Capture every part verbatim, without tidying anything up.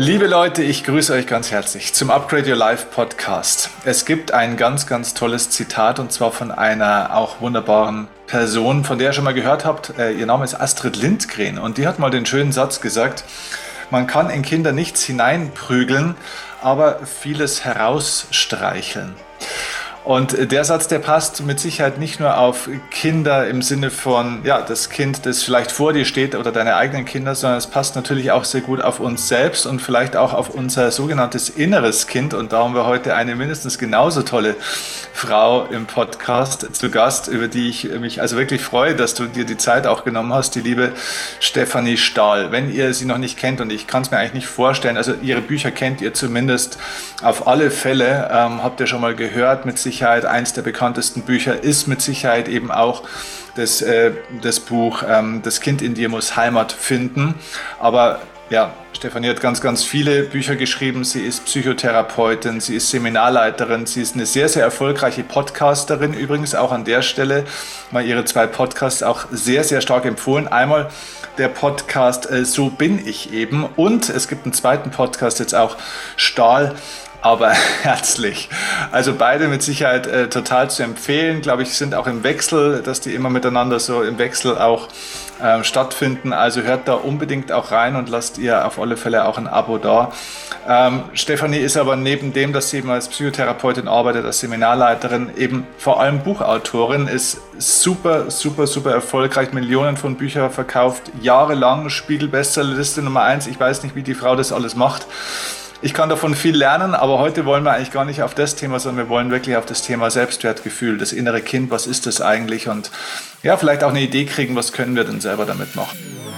Liebe Leute, ich grüße euch ganz herzlich zum Upgrade Your Life Podcast. Es gibt ein ganz, ganz tolles Zitat und zwar von einer auch wunderbaren Person, von der ihr schon mal gehört habt. Ihr Name ist Astrid Lindgren und die hat mal den schönen Satz gesagt: Man kann in Kinder nichts hineinprügeln, aber vieles herausstreicheln. Und der Satz, der passt mit Sicherheit nicht nur auf Kinder im Sinne von, ja, das Kind, das vielleicht vor dir steht oder deine eigenen Kinder, sondern es passt natürlich auch sehr gut auf uns selbst und vielleicht auch auf unser sogenanntes inneres Kind. Und da haben wir heute eine mindestens genauso tolle Frau im Podcast zu Gast, über die ich mich also wirklich freue, dass du dir die Zeit auch genommen hast, die liebe Stefanie Stahl. Wenn ihr sie noch nicht kennt, und ich kann es mir eigentlich nicht vorstellen, also ihre Bücher kennt ihr zumindest auf alle Fälle, ähm, habt ihr schon mal gehört, mit Sicherheit eins der bekanntesten Bücher ist mit Sicherheit eben auch das, äh, das Buch ähm, Das Kind in dir muss Heimat finden. Aber ja, Stefanie hat ganz, ganz viele Bücher geschrieben. Sie ist Psychotherapeutin, sie ist Seminarleiterin, sie ist eine sehr, sehr erfolgreiche Podcasterin. Übrigens auch an der Stelle mal ihre zwei Podcasts auch sehr, sehr stark empfohlen. Einmal der Podcast äh, So bin ich eben und es gibt einen zweiten Podcast jetzt auch, Stahl, aber herzlich. Also beide mit Sicherheit äh, total zu empfehlen, glaube ich, sind auch im Wechsel, dass die immer miteinander so im Wechsel auch äh, stattfinden. Also hört da unbedingt auch rein und lasst ihr auf alle Fälle auch ein Abo da. Ähm, Stefanie ist aber neben dem, dass sie eben als Psychotherapeutin arbeitet, als Seminarleiterin, eben vor allem Buchautorin, ist super, super, super erfolgreich, Millionen von Büchern verkauft, jahrelang Spiegel-Bestsellerliste Nummer eins. Ich weiß nicht, wie die Frau das alles macht. Ich kann davon viel lernen, aber heute wollen wir eigentlich gar nicht auf das Thema, sondern wir wollen wirklich auf das Thema Selbstwertgefühl, das innere Kind, was ist das eigentlich? Und ja, vielleicht auch eine Idee kriegen, was können wir denn selber damit machen?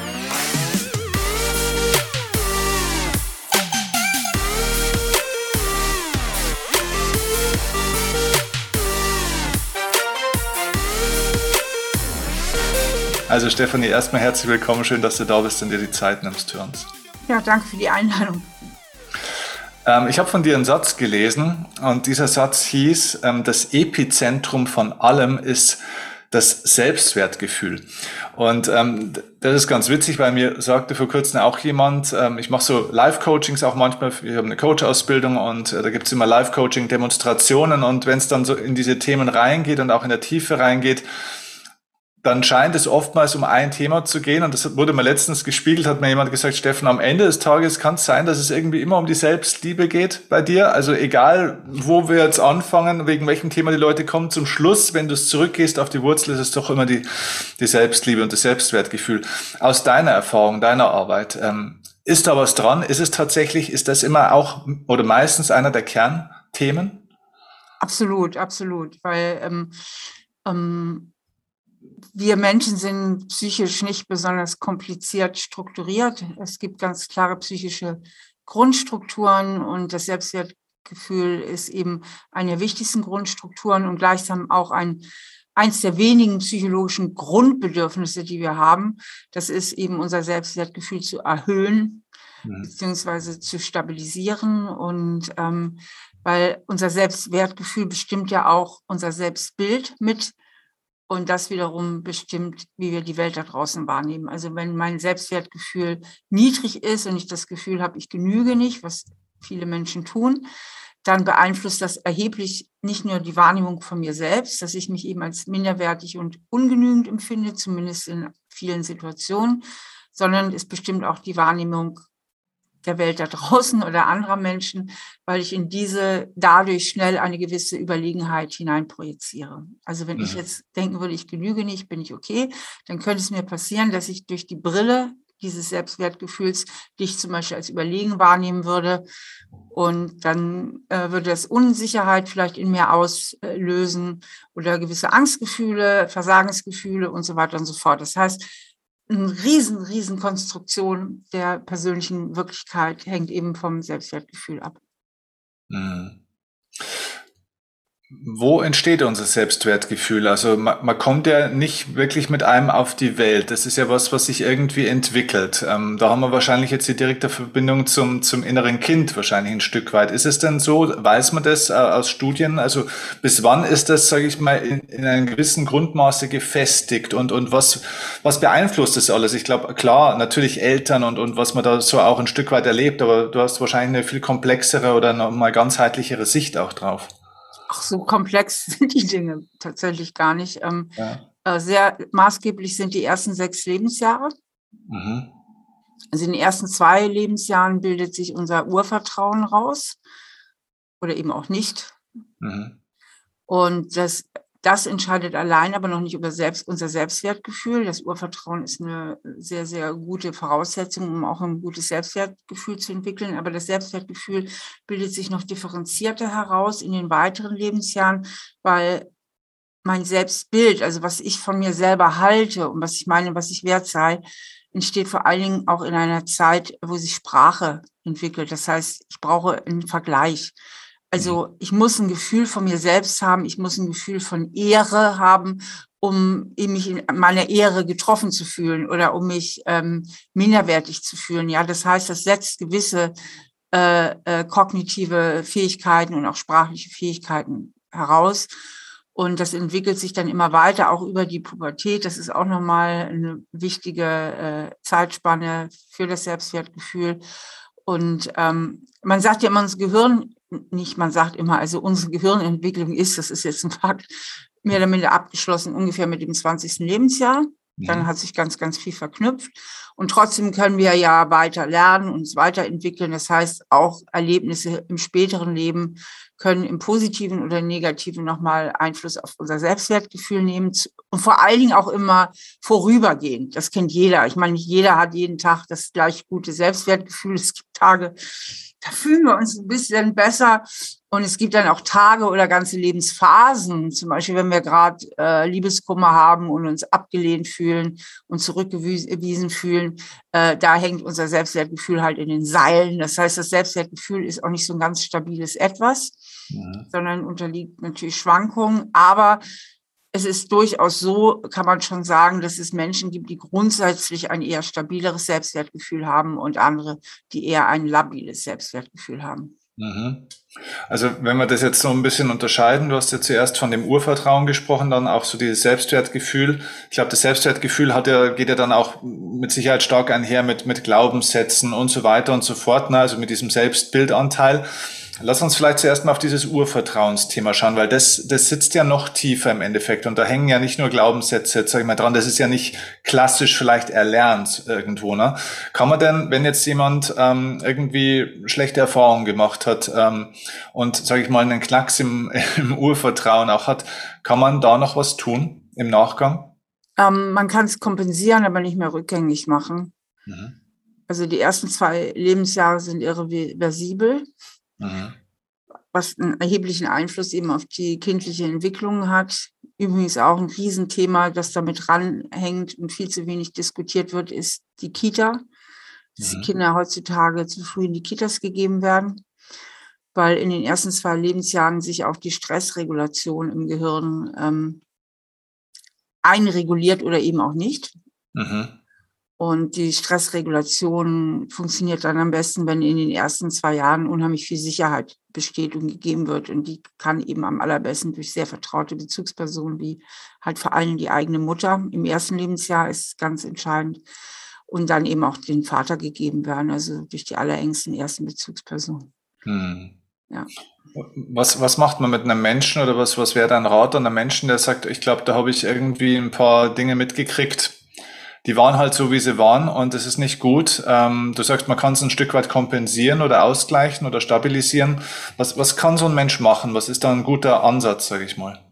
Also Stefanie, erstmal herzlich willkommen, schön, dass du da bist und dir die Zeit nimmst für uns. Ja, danke für die Einladung. Ich habe von dir einen Satz gelesen und dieser Satz hieß, das Epizentrum von allem ist das Selbstwertgefühl. Und ähm, das ist ganz witzig, weil mir sagte vor kurzem auch jemand, ähm, ich mache so Live-Coachings auch manchmal, ich habe eine Coach-Ausbildung und äh, da gibt es immer Live-Coaching-Demonstrationen und wenn es dann so in diese Themen reingeht und auch in der Tiefe reingeht, dann scheint es oftmals um ein Thema zu gehen. Und das wurde mir letztens gespiegelt, hat mir jemand gesagt, Steffen, am Ende des Tages kann es sein, dass es irgendwie immer um die Selbstliebe geht bei dir. Also egal, wo wir jetzt anfangen, wegen welchem Thema die Leute kommen, zum Schluss, wenn du es zurückgehst auf die Wurzel, ist es doch immer die, die Selbstliebe und das Selbstwertgefühl. Aus deiner Erfahrung, deiner Arbeit, ähm, ist da was dran? Ist es tatsächlich, ist das immer auch oder meistens einer der Kernthemen? Absolut, absolut, weil ähm, ähm, wir Menschen sind psychisch nicht besonders kompliziert strukturiert. Es gibt ganz klare psychische Grundstrukturen und das Selbstwertgefühl ist eben eine der wichtigsten Grundstrukturen und gleichsam auch ein eins der wenigen psychologischen Grundbedürfnisse, die wir haben. Das ist eben unser Selbstwertgefühl zu erhöhen, mhm. beziehungsweise zu stabilisieren und ähm, weil unser Selbstwertgefühl bestimmt ja auch unser Selbstbild mit. Und das wiederum bestimmt, wie wir die Welt da draußen wahrnehmen. Also wenn mein Selbstwertgefühl niedrig ist und ich das Gefühl habe, ich genüge nicht, was viele Menschen tun, dann beeinflusst das erheblich nicht nur die Wahrnehmung von mir selbst, dass ich mich eben als minderwertig und ungenügend empfinde, zumindest in vielen Situationen, sondern es bestimmt auch die Wahrnehmung der Welt da draußen oder anderer Menschen, weil ich in diese dadurch schnell eine gewisse Überlegenheit hineinprojiziere. Also wenn mhm. ich jetzt denken würde, ich genüge nicht, bin ich okay, dann könnte es mir passieren, dass ich durch die Brille dieses Selbstwertgefühls dich zum Beispiel als überlegen wahrnehmen würde und dann äh, würde das Unsicherheit vielleicht in mir auslösen oder gewisse Angstgefühle, Versagensgefühle und so weiter und so fort. Das heißt, eine riesen, riesen Konstruktion der persönlichen Wirklichkeit hängt eben vom Selbstwertgefühl ab. Mhm. Wo entsteht unser Selbstwertgefühl? Also man, man kommt ja nicht wirklich mit einem auf die Welt. Das ist ja was, was sich irgendwie entwickelt. Ähm, da haben wir wahrscheinlich jetzt die direkte Verbindung zum, zum inneren Kind wahrscheinlich ein Stück weit. Ist es denn so? Weiß man das äh, aus Studien? Also bis wann ist das, sage ich mal, in, in einem gewissen Grundmaße gefestigt? Und, und was, was beeinflusst das alles? Ich glaube, klar, natürlich Eltern und, und was man da so auch ein Stück weit erlebt, aber du hast wahrscheinlich eine viel komplexere oder nochmal ganzheitlichere Sicht auch drauf. Ach, so komplex sind die Dinge tatsächlich gar nicht. Ähm, Ja. äh, sehr maßgeblich sind die ersten sechs Lebensjahre. Mhm. Also in den ersten zwei Lebensjahren bildet sich unser Urvertrauen raus oder eben auch nicht. Mhm. Und das, das entscheidet allein aber noch nicht über selbst, unser Selbstwertgefühl. Das Urvertrauen ist eine sehr, sehr gute Voraussetzung, um auch ein gutes Selbstwertgefühl zu entwickeln. Aber das Selbstwertgefühl bildet sich noch differenzierter heraus in den weiteren Lebensjahren, weil mein Selbstbild, also was ich von mir selber halte und was ich meine, was ich wert sei, entsteht vor allen Dingen auch in einer Zeit, wo sich Sprache entwickelt. Das heißt, ich brauche einen Vergleich. Mhm. Also ich muss ein Gefühl von mir selbst haben, ich muss ein Gefühl von Ehre haben, um mich in meiner Ehre getroffen zu fühlen oder um mich ähm, minderwertig zu fühlen. Ja, das heißt, das setzt gewisse äh, äh, kognitive Fähigkeiten und auch sprachliche Fähigkeiten heraus. Und das entwickelt sich dann immer weiter, auch über die Pubertät. Das ist auch nochmal eine wichtige äh, Zeitspanne für das Selbstwertgefühl. Und ähm, man sagt ja immer, unser Gehirn, nicht man sagt immer, also unsere Gehirnentwicklung ist, das ist jetzt ein Fakt, mehr oder minder abgeschlossen, ungefähr mit dem zwanzigsten Lebensjahr. Dann hat sich ganz, ganz viel verknüpft. Und trotzdem können wir ja weiter lernen, uns weiterentwickeln. Das heißt, auch Erlebnisse im späteren Leben können im Positiven oder Negativen nochmal Einfluss auf unser Selbstwertgefühl nehmen. Und vor allen Dingen auch immer vorübergehend. Das kennt jeder. Ich meine, nicht jeder hat jeden Tag das gleich gute Selbstwertgefühl. Es gibt Tage, da fühlen wir uns ein bisschen besser. Und es gibt dann auch Tage oder ganze Lebensphasen, zum Beispiel, wenn wir gerade äh, Liebeskummer haben und uns abgelehnt fühlen und zurückgewiesen fühlen, äh, da hängt unser Selbstwertgefühl halt in den Seilen. Das heißt, das Selbstwertgefühl ist auch nicht so ein ganz stabiles Etwas, Mhm. sondern unterliegt natürlich Schwankungen. Aber es ist durchaus so, kann man schon sagen, dass es Menschen gibt, die grundsätzlich ein eher stabileres Selbstwertgefühl haben und andere, die eher ein labiles Selbstwertgefühl haben. Mhm. Also wenn wir das jetzt so ein bisschen unterscheiden, du hast ja zuerst von dem Urvertrauen gesprochen, dann auch so dieses Selbstwertgefühl. Ich glaube, das Selbstwertgefühl hat ja, geht ja dann auch mit Sicherheit stark einher mit, mit Glaubenssätzen und so weiter und so fort, ne? Also mit diesem Selbstbildanteil. Lass uns vielleicht zuerst mal auf dieses Urvertrauensthema schauen, weil das, das sitzt ja noch tiefer im Endeffekt und da hängen ja nicht nur Glaubenssätze, sag ich mal, dran, das ist ja nicht klassisch vielleicht erlernt irgendwo, ne? Kann man denn, wenn jetzt jemand ähm, irgendwie schlechte Erfahrungen gemacht hat ähm, und, sage ich mal, einen Knacks im, im Urvertrauen auch hat, kann man da noch was tun im Nachgang? Ähm, man kann es kompensieren, aber nicht mehr rückgängig machen. Mhm. Also die ersten zwei Lebensjahre sind irreversibel, Mhm. was einen erheblichen Einfluss eben auf die kindliche Entwicklung hat. Übrigens auch ein Riesenthema, das damit ranhängt und viel zu wenig diskutiert wird, ist die Kita. Dass die Mhm. Kinder heutzutage zu früh in die Kitas gegeben werden, weil in den ersten zwei Lebensjahren sich auch die Stressregulation im Gehirn ähm, einreguliert oder eben auch nicht. Mhm. Und die Stressregulation funktioniert dann am besten, wenn in den ersten zwei Jahren unheimlich viel Sicherheit besteht und gegeben wird. Und die kann eben am allerbesten durch sehr vertraute Bezugspersonen, wie halt vor allem die eigene Mutter im ersten Lebensjahr ist ganz entscheidend. Und dann eben auch den Vater gegeben werden, also durch die allerengsten ersten Bezugspersonen. Mhm. Ja. Was, was macht man mit einem Menschen oder was, was wäre dein Rat an einem Menschen, der sagt, ich glaube, da habe ich irgendwie ein paar Dinge mitgekriegt, die waren halt so, wie sie waren und es ist nicht gut. Ähm, du sagst, man kann es ein Stück weit kompensieren oder ausgleichen oder stabilisieren. Was, was kann so ein Mensch machen? Was ist da ein guter Ansatz, sage ich mal?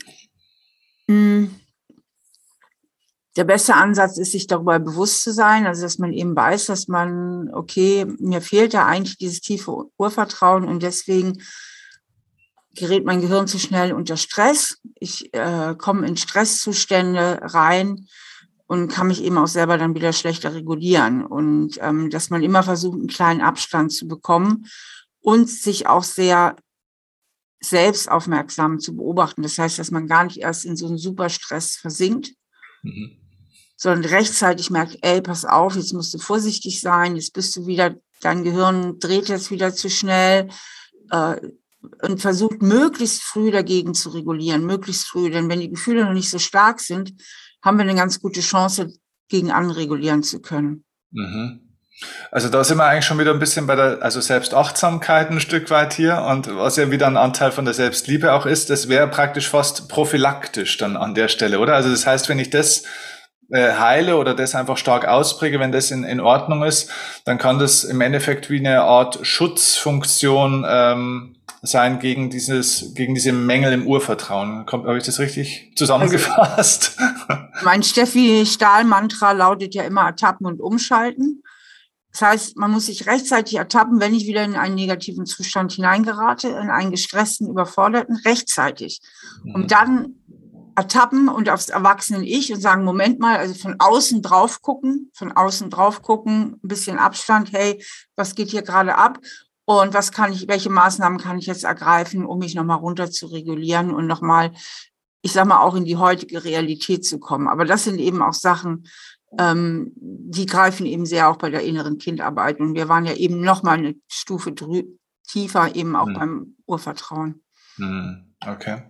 Der beste Ansatz ist, sich darüber bewusst zu sein, also dass man eben weiß, dass man, okay, mir fehlt da eigentlich dieses tiefe Urvertrauen und deswegen gerät mein Gehirn zu schnell unter Stress. Ich äh, komme in Stresszustände rein und kann mich eben auch selber dann wieder schlechter regulieren. Und ähm, dass man immer versucht, einen kleinen Abstand zu bekommen und sich auch sehr selbst aufmerksam zu beobachten. Das heißt, dass man gar nicht erst in so einen Superstress versinkt, mhm. sondern rechtzeitig merkt, ey, pass auf, jetzt musst du vorsichtig sein, jetzt bist du wieder, dein Gehirn dreht jetzt wieder zu schnell, äh, und versucht möglichst früh dagegen zu regulieren, möglichst früh, denn wenn die Gefühle noch nicht so stark sind, haben wir eine ganz gute Chance, gegen anregulieren zu können. Mhm. Also da sind wir eigentlich schon wieder ein bisschen bei der, also Selbstachtsamkeit ein Stück weit hier, und was ja wieder ein Anteil von der Selbstliebe auch ist, das wäre praktisch fast prophylaktisch dann an der Stelle, oder? Also das heißt, wenn ich das äh, heile oder das einfach stark auspräge, wenn das in, in Ordnung ist, dann kann das im Endeffekt wie eine Art Schutzfunktion ähm, sein gegen dieses, gegen diese Mängel im Urvertrauen. Habe ich das richtig zusammengefasst? Also, mein Steffi Stahl-Mantra lautet ja immer ertappen und umschalten. Das heißt, man muss sich rechtzeitig ertappen, wenn ich wieder in einen negativen Zustand hineingerate, in einen gestressten, überforderten, rechtzeitig. Und dann ertappen und aufs Erwachsenen-Ich und sagen, Moment mal, also von außen drauf gucken, von außen drauf gucken, ein bisschen Abstand, hey, was geht hier gerade ab? Und was kann ich, welche Maßnahmen kann ich jetzt ergreifen, um mich nochmal runter zu regulieren und nochmal, ich sag mal, auch in die heutige Realität zu kommen. Aber das sind eben auch Sachen, ähm, die greifen eben sehr auch bei der inneren Kindarbeit. Und wir waren ja eben nochmal eine Stufe drü- tiefer, eben auch hm. beim Urvertrauen. Okay.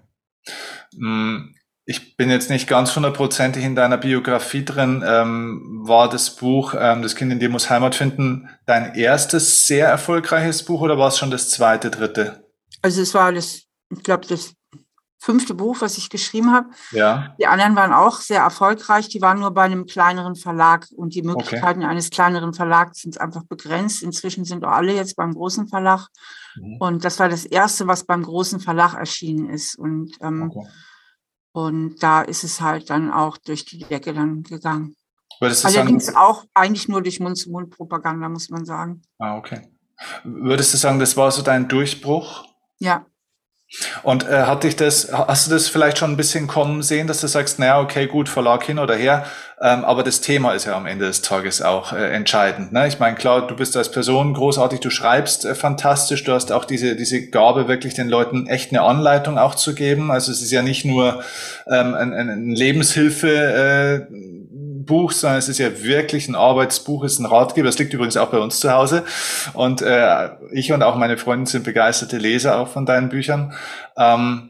Ich bin jetzt nicht ganz hundertprozentig in deiner Biografie drin. Ähm, war das Buch ähm, Das Kind in dir muss Heimat finden dein erstes sehr erfolgreiches Buch oder war es schon das zweite, dritte? Also es war das, ich glaube, das fünfte Buch, was ich geschrieben habe. Ja. Die anderen waren auch sehr erfolgreich. Die waren nur bei einem kleineren Verlag und die Möglichkeiten okay. eines kleineren Verlags sind einfach begrenzt. Inzwischen sind auch alle jetzt beim großen Verlag. Mhm. Und das war das erste, was beim großen Verlag erschienen ist. Und ähm, okay. Und da ist es halt dann auch durch die Decke dann gegangen. Allerdings sagen, auch eigentlich nur durch Mund-zu-Mund-Propaganda, muss man sagen. Ah, okay. Würdest du sagen, das war so dein Durchbruch? Ja. Und äh, hat dich das, hast du das vielleicht schon ein bisschen kommen sehen, dass du sagst, naja, okay, gut, Verlag hin oder her, ähm, aber das Thema ist ja am Ende des Tages auch äh, entscheidend. Ne? Ich meine, klar, du bist als Person großartig, du schreibst äh, fantastisch, du hast auch diese diese Gabe, wirklich den Leuten echt eine Anleitung auch zu geben. Also es ist ja nicht nur ähm, ein, ein Lebenshilfe äh, Buch, sondern es ist ja wirklich ein Arbeitsbuch, es ist ein Ratgeber. Das liegt übrigens auch bei uns zu Hause. Und äh, ich und auch meine Freundin sind begeisterte Leser auch von deinen Büchern. Ähm,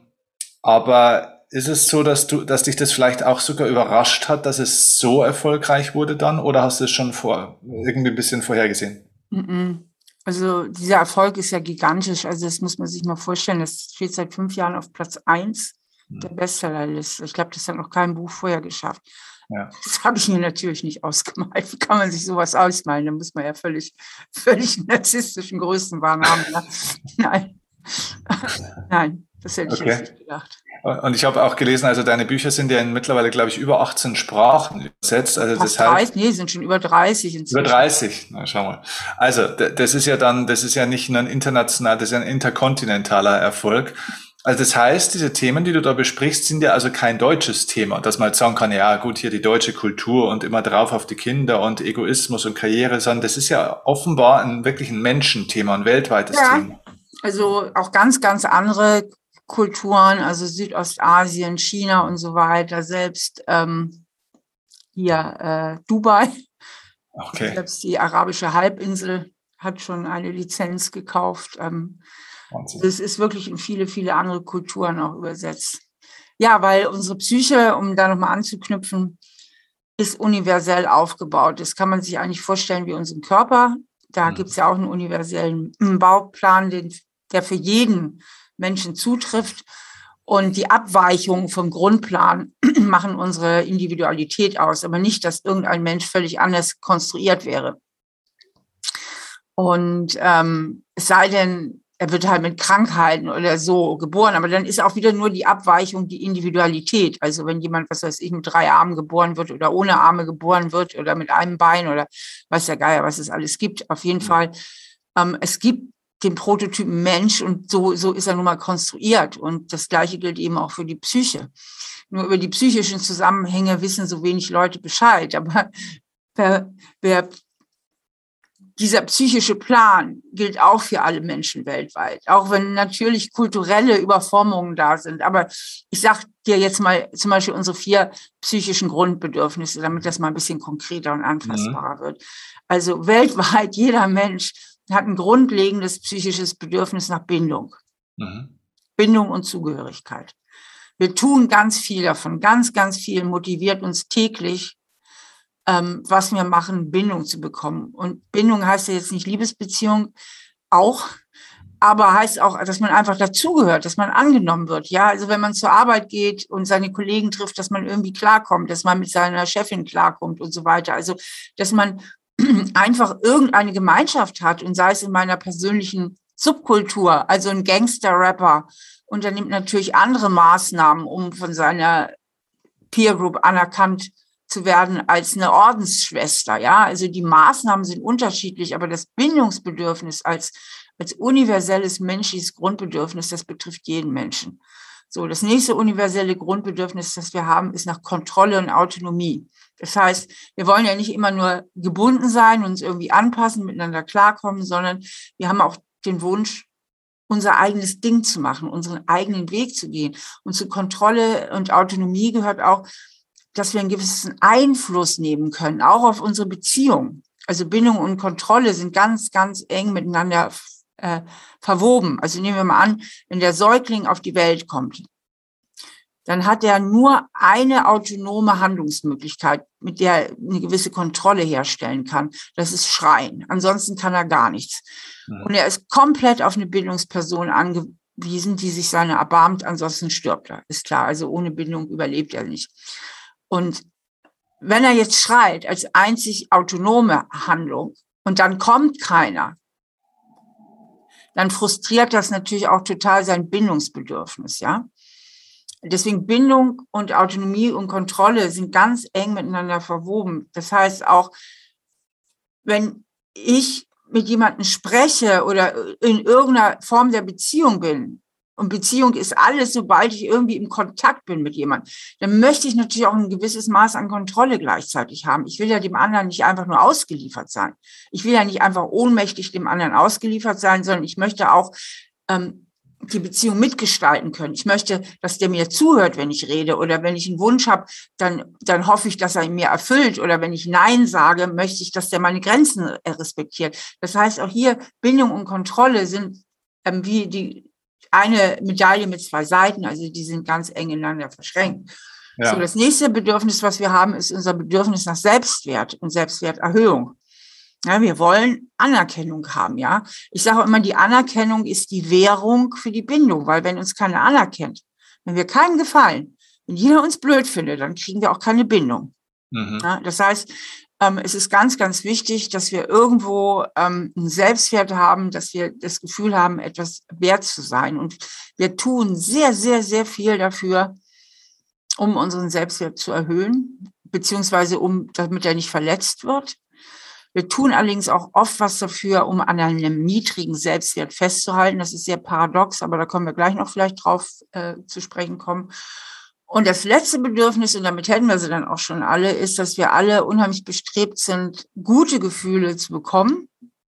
aber ist es so, dass du, dass dich das vielleicht auch sogar überrascht hat, dass es so erfolgreich wurde dann? Oder hast du es schon vor irgendwie ein bisschen vorhergesehen? Also dieser Erfolg ist ja gigantisch. Also das muss man sich mal vorstellen. Das steht seit fünf Jahren auf Platz eins der Bestsellerliste. Ich glaube, das hat noch kein Buch vorher geschafft. Ja. Das habe ich mir natürlich nicht ausgemalt. Wie kann man sich sowas ausmalen? Da muss man ja völlig, völlig narzisstischen Größenwahn haben. Ne? Nein. Nein, das hätte ich okay. jetzt nicht gedacht. Und ich habe auch gelesen, also deine Bücher sind ja in mittlerweile, glaube ich, über achtzehn Sprachen übersetzt. Also Fast das heißt, dreißig, nee, sind schon über dreißig inzwischen. Über dreißig, na schau mal. Also das ist ja dann, das ist ja nicht nur ein international, das ist ja ein interkontinentaler Erfolg. Also das heißt, diese Themen, die du da besprichst, sind ja also kein deutsches Thema, dass man jetzt sagen kann, ja gut, hier die deutsche Kultur und immer drauf auf die Kinder und Egoismus und Karriere, sondern das ist ja offenbar ein wirklich ein Menschenthema, ein weltweites ja, Thema. Also auch ganz, ganz andere Kulturen, also Südostasien, China und so weiter, selbst ähm, hier äh, Dubai, okay. Selbst die arabische Halbinsel hat schon eine Lizenz gekauft. Ähm, Es ist wirklich in viele, viele andere Kulturen auch übersetzt. Ja, weil unsere Psyche, um da nochmal anzuknüpfen, ist universell aufgebaut. Das kann man sich eigentlich vorstellen wie unseren Körper. Da mhm. gibt es ja auch einen universellen Bauplan, den, der für jeden Menschen zutrifft. Und die Abweichungen vom Grundplan machen unsere Individualität aus, aber nicht, dass irgendein Mensch völlig anders konstruiert wäre. Und ähm, es sei denn, er wird halt mit Krankheiten oder so geboren, aber dann ist auch wieder nur die Abweichung die Individualität. Also wenn jemand, was weiß ich, mit drei Armen geboren wird oder ohne Arme geboren wird oder mit einem Bein oder weiß der Geier, was es alles gibt. Auf jeden Fall, ähm, es gibt den Prototypen Mensch und so, so ist er nun mal konstruiert. Und das Gleiche gilt eben auch für die Psyche. Nur über die psychischen Zusammenhänge wissen so wenig Leute Bescheid. Aber wer, wer dieser psychische Plan gilt auch für alle Menschen weltweit, auch wenn natürlich kulturelle Überformungen da sind. Aber ich sage dir jetzt mal zum Beispiel unsere vier psychischen Grundbedürfnisse, damit das mal ein bisschen konkreter und anfassbarer mhm. wird. Also weltweit, jeder Mensch hat ein grundlegendes psychisches Bedürfnis nach Bindung. Mhm. Bindung und Zugehörigkeit. Wir tun ganz viel davon, ganz, ganz viel motiviert uns täglich, ähm, was wir machen, Bindung zu bekommen. Und Bindung heißt ja jetzt nicht Liebesbeziehung, auch, aber heißt auch, dass man einfach dazugehört, dass man angenommen wird. Ja, also wenn man zur Arbeit geht und seine Kollegen trifft, dass man irgendwie klarkommt, dass man mit seiner Chefin klarkommt und so weiter. Also, dass man einfach irgendeine Gemeinschaft hat und sei es in meiner persönlichen Subkultur, also ein Gangster-Rapper unternimmt natürlich andere Maßnahmen, um von seiner Peer Group anerkannt zu werden als eine Ordensschwester. Ja, also die Maßnahmen sind unterschiedlich, aber das Bindungsbedürfnis als, als universelles menschliches Grundbedürfnis, das betrifft jeden Menschen. So, das nächste universelle Grundbedürfnis, das wir haben, ist nach Kontrolle und Autonomie. Das heißt, wir wollen ja nicht immer nur gebunden sein, uns irgendwie anpassen, miteinander klarkommen, sondern wir haben auch den Wunsch, unser eigenes Ding zu machen, unseren eigenen Weg zu gehen. Und zu Kontrolle und Autonomie gehört auch, dass wir einen gewissen Einfluss nehmen können, auch auf unsere Beziehung. Also Bindung und Kontrolle sind ganz, ganz eng miteinander äh, verwoben. Also nehmen wir mal an, wenn der Säugling auf die Welt kommt, dann hat er nur eine autonome Handlungsmöglichkeit, mit der er eine gewisse Kontrolle herstellen kann. Das ist Schreien. Ansonsten kann er gar nichts. Ja. Und er ist komplett auf eine Bindungsperson angewiesen, die sich seiner erbarmt, ansonsten stirbt er. Ist klar, also ohne Bindung überlebt er nicht. Und wenn er jetzt schreit als einzig autonome Handlung und dann kommt keiner, dann frustriert das natürlich auch total sein Bindungsbedürfnis, ja. Deswegen Bindung und Autonomie und Kontrolle sind ganz eng miteinander verwoben. Das heißt auch, wenn ich mit jemandem spreche oder in irgendeiner Form der Beziehung bin, und Beziehung ist alles, sobald ich irgendwie im Kontakt bin mit jemandem, dann möchte ich natürlich auch ein gewisses Maß an Kontrolle gleichzeitig haben. Ich will ja dem anderen nicht einfach nur ausgeliefert sein. Ich will ja nicht einfach ohnmächtig dem anderen ausgeliefert sein, sondern ich möchte auch ähm, die Beziehung mitgestalten können. Ich möchte, dass der mir zuhört, wenn ich rede, oder wenn ich einen Wunsch habe, dann, dann hoffe ich, dass er ihn mir erfüllt, oder wenn ich Nein sage, möchte ich, dass der meine Grenzen respektiert. Das heißt, auch hier Bindung und Kontrolle sind ähm, wie die eine Medaille mit zwei Seiten, also die sind ganz eng ineinander verschränkt. Ja. So, das nächste Bedürfnis, was wir haben, ist unser Bedürfnis nach Selbstwert und Selbstwerterhöhung. Ja, wir wollen Anerkennung haben, ja. Ich sage immer, die Anerkennung ist die Währung für die Bindung, weil wenn uns keiner anerkennt, wenn wir keinem gefallen, wenn jeder uns blöd findet, dann kriegen wir auch keine Bindung. Mhm. Ja, das heißt, ähm, es ist ganz, ganz wichtig, dass wir irgendwo ähm, einen Selbstwert haben, dass wir das Gefühl haben, etwas wert zu sein. Und wir tun sehr, sehr, sehr viel dafür, um unseren Selbstwert zu erhöhen, beziehungsweise um, damit er nicht verletzt wird. Wir tun allerdings auch oft was dafür, um an einem niedrigen Selbstwert festzuhalten. Das ist sehr paradox, aber da können wir gleich noch vielleicht drauf äh, zu sprechen kommen. Und das letzte Bedürfnis, und damit hätten wir sie dann auch schon alle, ist, dass wir alle unheimlich bestrebt sind, gute Gefühle zu bekommen,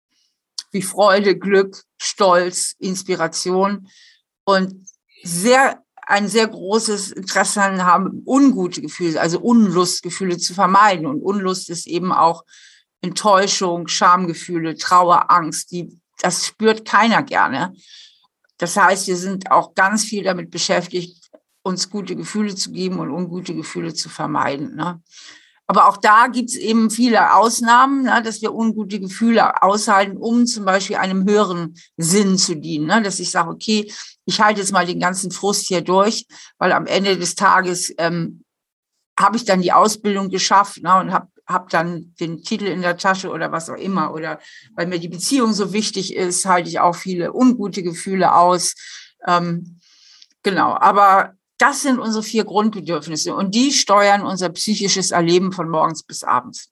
wie Freude, Glück, Stolz, Inspiration, und sehr ein sehr großes Interesse haben, ungute Gefühle, also Unlustgefühle zu vermeiden. Und Unlust ist eben auch Enttäuschung, Schamgefühle, Trauer, Angst, die, das spürt keiner gerne. Das heißt, wir sind auch ganz viel damit beschäftigt, uns gute Gefühle zu geben und ungute Gefühle zu vermeiden. Ne? Aber auch da gibt es eben viele Ausnahmen, ne, dass wir ungute Gefühle aushalten, um zum Beispiel einem höheren Sinn zu dienen. Ne? Dass ich sage, okay, ich halte jetzt mal den ganzen Frust hier durch, weil am Ende des Tages ähm, habe ich dann die Ausbildung geschafft, ne, und habe hab dann den Titel in der Tasche oder was auch immer. Oder weil mir die Beziehung so wichtig ist, halte ich auch viele ungute Gefühle aus. Ähm, genau, aber das sind unsere vier Grundbedürfnisse und die steuern unser psychisches Erleben von morgens bis abends.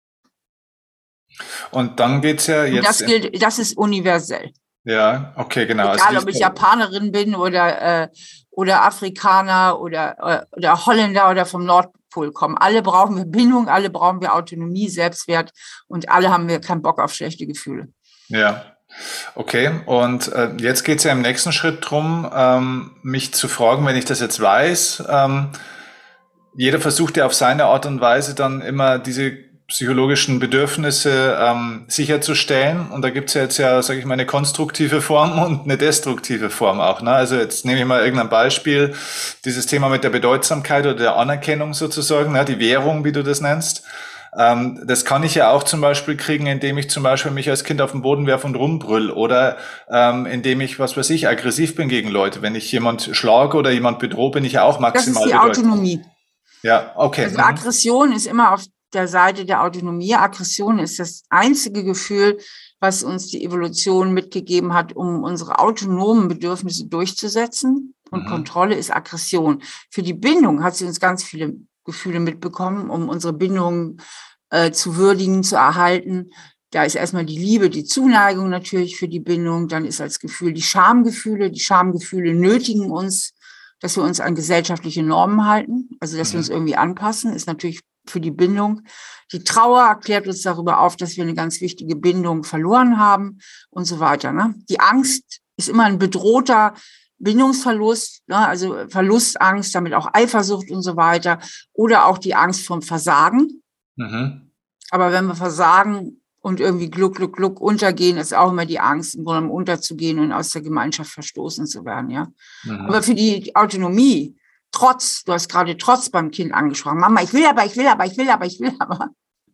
Und dann geht's ja jetzt. Und das gilt, das ist universell. Ja, okay, genau. Egal, also ob ich Japanerin bin oder, äh, oder Afrikaner oder, äh, oder Holländer oder vom Nord, Gegenpol kommen. Alle brauchen wir Bindung, alle brauchen wir Autonomie, Selbstwert und alle haben wir keinen Bock auf schlechte Gefühle. Ja. Okay, und äh, jetzt geht es ja im nächsten Schritt drum, ähm, mich zu fragen, wenn ich das jetzt weiß. Ähm, jeder versucht ja auf seine Art und Weise dann immer diese psychologischen Bedürfnisse ähm, sicherzustellen. Und da gibt es ja jetzt ja, sage ich mal, eine konstruktive Form und eine destruktive Form auch. Ne? Also jetzt nehme ich mal irgendein Beispiel, dieses Thema mit der Bedeutsamkeit oder der Anerkennung sozusagen, ne? Die Währung, wie du das nennst. Ähm, das kann ich ja auch zum Beispiel kriegen, indem ich zum Beispiel mich als Kind auf den Boden werfe und rumbrüll oder ähm, indem ich, was weiß ich, aggressiv bin gegen Leute. Wenn ich jemand schlage oder jemand bedrohe, bin ich ja auch maximal bedeutsam. Das ist die Autonomie. Ja, okay. Also Aggression ist immer auf der Seite der Autonomie. Aggression ist das einzige Gefühl, was uns die Evolution mitgegeben hat, um unsere autonomen Bedürfnisse durchzusetzen. Und mhm. Kontrolle ist Aggression. Für die Bindung hat sie uns ganz viele Gefühle mitbekommen, um unsere Bindung äh, zu würdigen, zu erhalten. Da ist erstmal die Liebe, die Zuneigung natürlich für die Bindung. Dann ist als Gefühl die Schamgefühle. Die Schamgefühle nötigen uns, dass wir uns an gesellschaftliche Normen halten, also dass mhm. wir uns irgendwie anpassen, ist natürlich für die Bindung. Die Trauer erklärt uns darüber auf, dass wir eine ganz wichtige Bindung verloren haben und so weiter. Ne? Die Angst ist immer ein bedrohter Bindungsverlust, ne? Also Verlustangst, damit auch Eifersucht und so weiter. Oder auch die Angst vom Versagen. Mhm. Aber wenn wir versagen und irgendwie gluck, gluck, gluck untergehen, ist auch immer die Angst, im Grunde unterzugehen und aus der Gemeinschaft verstoßen zu werden. Ja. Mhm. Aber für die Autonomie, Trotz, du hast gerade Trotz beim Kind angesprochen. Mama, ich will aber, ich will aber, ich will aber, ich will aber.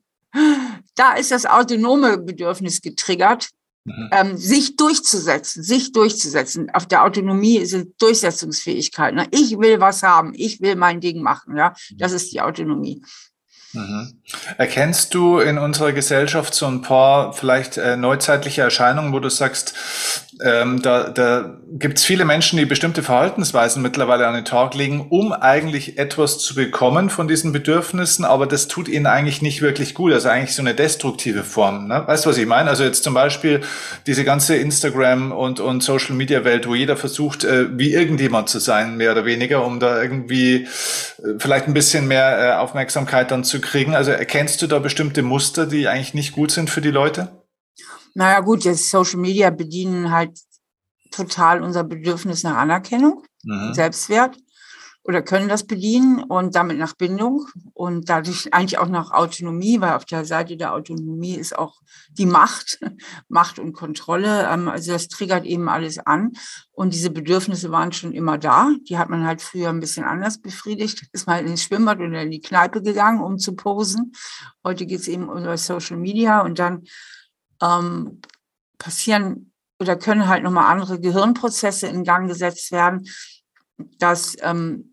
Da ist das autonome Bedürfnis getriggert, mhm. ähm, sich durchzusetzen, sich durchzusetzen. Auf der Autonomie ist Durchsetzungsfähigkeit. Ne? Ich will was haben, ich will mein Ding machen. Ja, das ist die Autonomie. Mhm. Erkennst du in unserer Gesellschaft so ein paar vielleicht äh, neuzeitliche Erscheinungen, wo du sagst, ähm, da, da gibt es viele Menschen, die bestimmte Verhaltensweisen mittlerweile an den Tag legen, um eigentlich etwas zu bekommen von diesen Bedürfnissen, aber das tut ihnen eigentlich nicht wirklich gut, also eigentlich so eine destruktive Form. Ne? Weißt du, was ich meine? Also jetzt zum Beispiel diese ganze Instagram- und, und Social-Media-Welt, wo jeder versucht, äh, wie irgendjemand zu sein, mehr oder weniger, um da irgendwie äh, vielleicht ein bisschen mehr äh, Aufmerksamkeit dann zu kriegen. Also erkennst du da bestimmte Muster, die eigentlich nicht gut sind für die Leute? Naja gut, das Social Media bedienen halt total unser Bedürfnis nach Anerkennung, mhm. Selbstwert oder können das bedienen und damit nach Bindung und dadurch eigentlich auch nach Autonomie, weil auf der Seite der Autonomie ist auch die Macht, Macht und Kontrolle. Also das triggert eben alles an und diese Bedürfnisse waren schon immer da. Die hat man halt früher ein bisschen anders befriedigt. Ist mal ins Schwimmbad oder in die Kneipe gegangen, um zu posen. Heute geht es eben über Social Media und dann ähm, passieren oder können halt nochmal andere Gehirnprozesse in Gang gesetzt werden, dass ähm,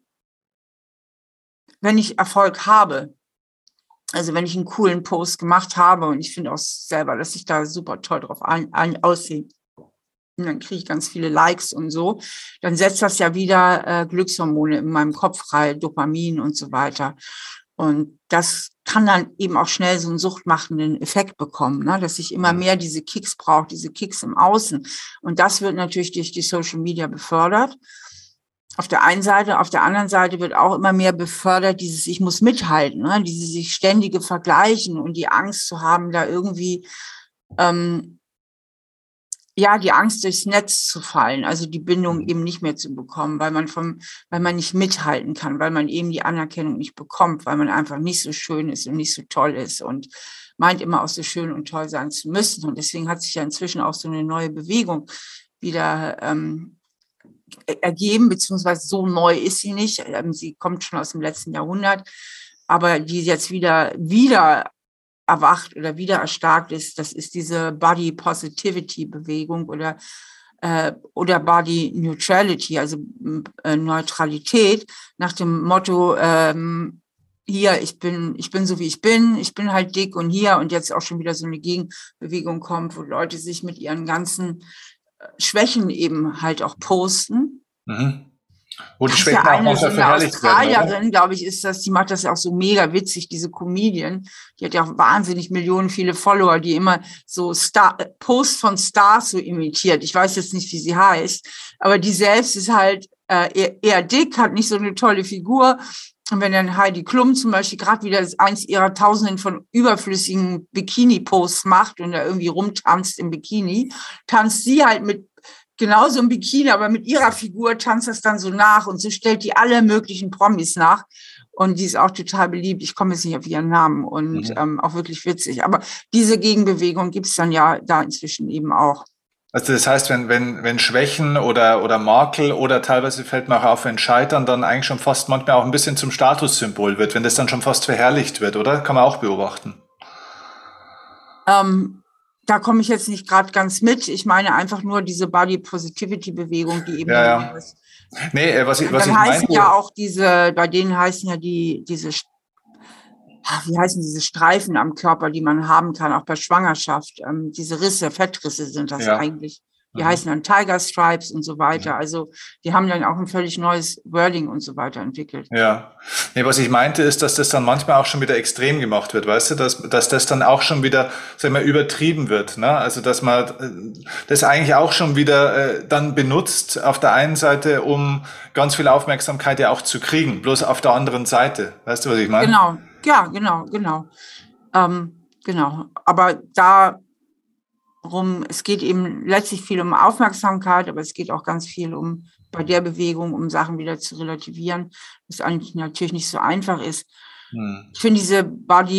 wenn ich Erfolg habe, also wenn ich einen coolen Post gemacht habe und ich finde auch selber, dass ich da super toll drauf ein, ein, aussehe, und dann kriege ich ganz viele Likes und so, dann setzt das ja wieder äh, Glückshormone in meinem Kopf frei, Dopamin und so weiter. Und das kann dann eben auch schnell so einen suchtmachenden Effekt bekommen, ne? Dass ich immer mehr diese Kicks brauche, diese Kicks im Außen. Und das wird natürlich durch die Social Media befördert. Auf der einen Seite, auf der anderen Seite wird auch immer mehr befördert, dieses Ich muss mithalten, ne? Dieses sich ständige Vergleichen und die Angst zu haben, da irgendwie ähm, ja, die Angst, durchs Netz zu fallen, also die Bindung eben nicht mehr zu bekommen, weil man vom, weil man nicht mithalten kann, weil man eben die Anerkennung nicht bekommt, weil man einfach nicht so schön ist und nicht so toll ist und meint immer auch so schön und toll sein zu müssen. Und deswegen hat sich ja inzwischen auch so eine neue Bewegung wieder ähm, ergeben, beziehungsweise so neu ist sie nicht. Sie kommt schon aus dem letzten Jahrhundert, aber die jetzt wieder, wieder erwacht oder wieder erstarkt ist, das ist diese Body Positivity Bewegung oder äh, oder Body Neutrality, also äh, Neutralität nach dem Motto ähm, hier ich bin ich bin so wie ich bin, ich bin halt dick und hier und jetzt auch schon wieder so eine Gegenbewegung kommt, wo Leute sich mit ihren ganzen Schwächen eben halt auch posten. Mhm. Wo die das Schwächen ist ja auch eine, so eine Australierin, glaube ich, ist das, die macht das ja auch so mega witzig, diese Comedian. Die hat ja auch wahnsinnig Millionen viele Follower, die immer so Star, Posts von Stars so imitiert. Ich weiß jetzt nicht, wie sie heißt, aber die selbst ist halt äh, eher, eher dick, hat nicht so eine tolle Figur Und wenn dann Heidi Klum zum Beispiel gerade wieder eins ihrer Tausenden von überflüssigen Bikini-Posts macht und da irgendwie rumtanzt im Bikini, tanzt sie halt mit genauso im Bikini, aber mit ihrer Figur tanzt das dann so nach und so stellt die alle möglichen Promis nach. Und die ist auch total beliebt. Ich komme jetzt nicht auf ihren Namen und mhm. ähm, auch wirklich witzig. Aber diese Gegenbewegung gibt es dann ja da inzwischen eben auch. Also das heißt, wenn, wenn, wenn Schwächen oder, oder Makel oder teilweise fällt mir auch auf, wenn Scheitern dann eigentlich schon fast manchmal auch ein bisschen zum Statussymbol wird, wenn das dann schon fast verherrlicht wird, oder? Kann man auch beobachten. Ähm, da komme ich jetzt nicht gerade ganz mit. Ich meine einfach nur diese Body-Positivity-Bewegung, die eben... Ja, ja. Nee, was ich, was dann ich heißen meinte, ja auch diese, bei denen heißen ja die, diese, wie heißen diese Streifen am Körper, die man haben kann, auch bei Schwangerschaft. Ähm, diese Risse, Fettrisse sind das ja. eigentlich. Die mhm. heißen dann Tiger Stripes und so weiter. Mhm. Also die haben dann auch ein völlig neues Wording und so weiter entwickelt. Ja. Nee, was ich meinte ist, dass das dann manchmal auch schon wieder extrem gemacht wird, weißt du, dass, dass das dann auch schon wieder, sagen wir, übertrieben wird, ne? Also dass man das eigentlich auch schon wieder äh, dann benutzt auf der einen Seite, um ganz viel Aufmerksamkeit ja auch zu kriegen, bloß auf der anderen Seite. Weißt du, was ich meine? Genau, ja, genau, genau. Ähm, genau. Aber da rum, es geht eben letztlich viel um Aufmerksamkeit, aber es geht auch ganz viel um bei der Bewegung, um Sachen wieder zu relativieren, was eigentlich natürlich nicht so einfach ist. Hm. Ich finde diese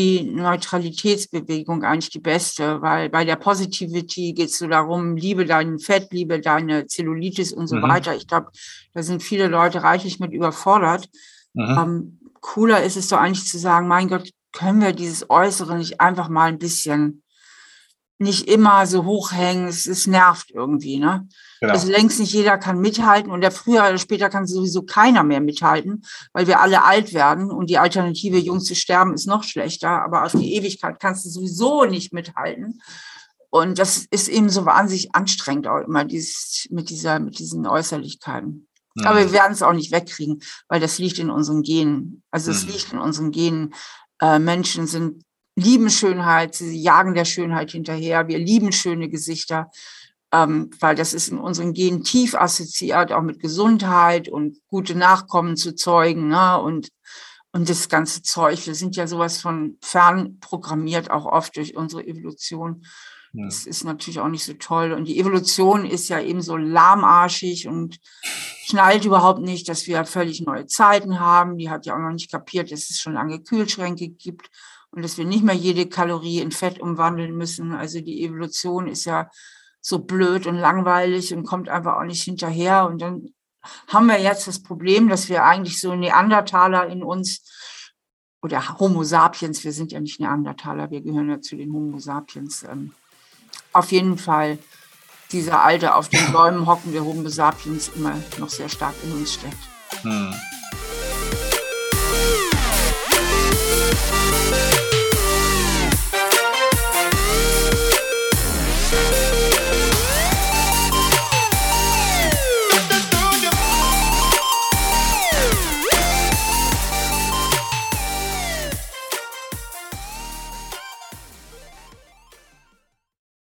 Body-Neutralitätsbewegung eigentlich die beste, weil bei der Positivity geht es so darum, liebe dein Fett, liebe deine Zellulitis und so mhm. weiter. Ich glaube, da sind viele Leute reichlich mit überfordert. Mhm. Ähm, cooler ist es doch eigentlich zu sagen, mein Gott, können wir dieses Äußere nicht einfach mal ein bisschen nicht immer so hochhängen, es, es nervt irgendwie, ne? Genau. Also längst nicht jeder kann mithalten und der früher oder später kann sowieso keiner mehr mithalten, weil wir alle alt werden und die Alternative, jung zu sterben, ist noch schlechter, aber auf die Ewigkeit kannst du sowieso nicht mithalten. Und das ist eben so wahnsinnig anstrengend auch immer, dieses, mit dieser, mit diesen Äußerlichkeiten. Mhm. Aber wir werden es auch nicht wegkriegen, weil das liegt in unseren Genen. Also es mhm. liegt in unseren Genen. Äh, Menschen sind lieben Schönheit, sie jagen der Schönheit hinterher, wir lieben schöne Gesichter, ähm, weil das ist in unseren Genen tief assoziiert, auch mit Gesundheit und gute Nachkommen zu zeugen, ne? und, und das ganze Zeug. Wir sind ja sowas von fernprogrammiert, auch oft durch unsere Evolution. Ja. Das ist natürlich auch nicht so toll. Und die Evolution ist ja eben so lahmarschig und schnallt überhaupt nicht, dass wir völlig neue Zeiten haben. Die hat ja auch noch nicht kapiert, dass es schon lange Kühlschränke gibt. Und dass wir nicht mehr jede Kalorie in Fett umwandeln müssen. Also die Evolution ist ja so blöd und langweilig und kommt einfach auch nicht hinterher. Und dann haben wir jetzt das Problem, dass wir eigentlich so Neandertaler in uns, oder Homo sapiens, wir sind ja nicht Neandertaler, wir gehören ja zu den Homo sapiens, ähm, auf jeden Fall dieser alte, auf den Bäumen hockende Homo sapiens immer noch sehr stark in uns steckt. Hm.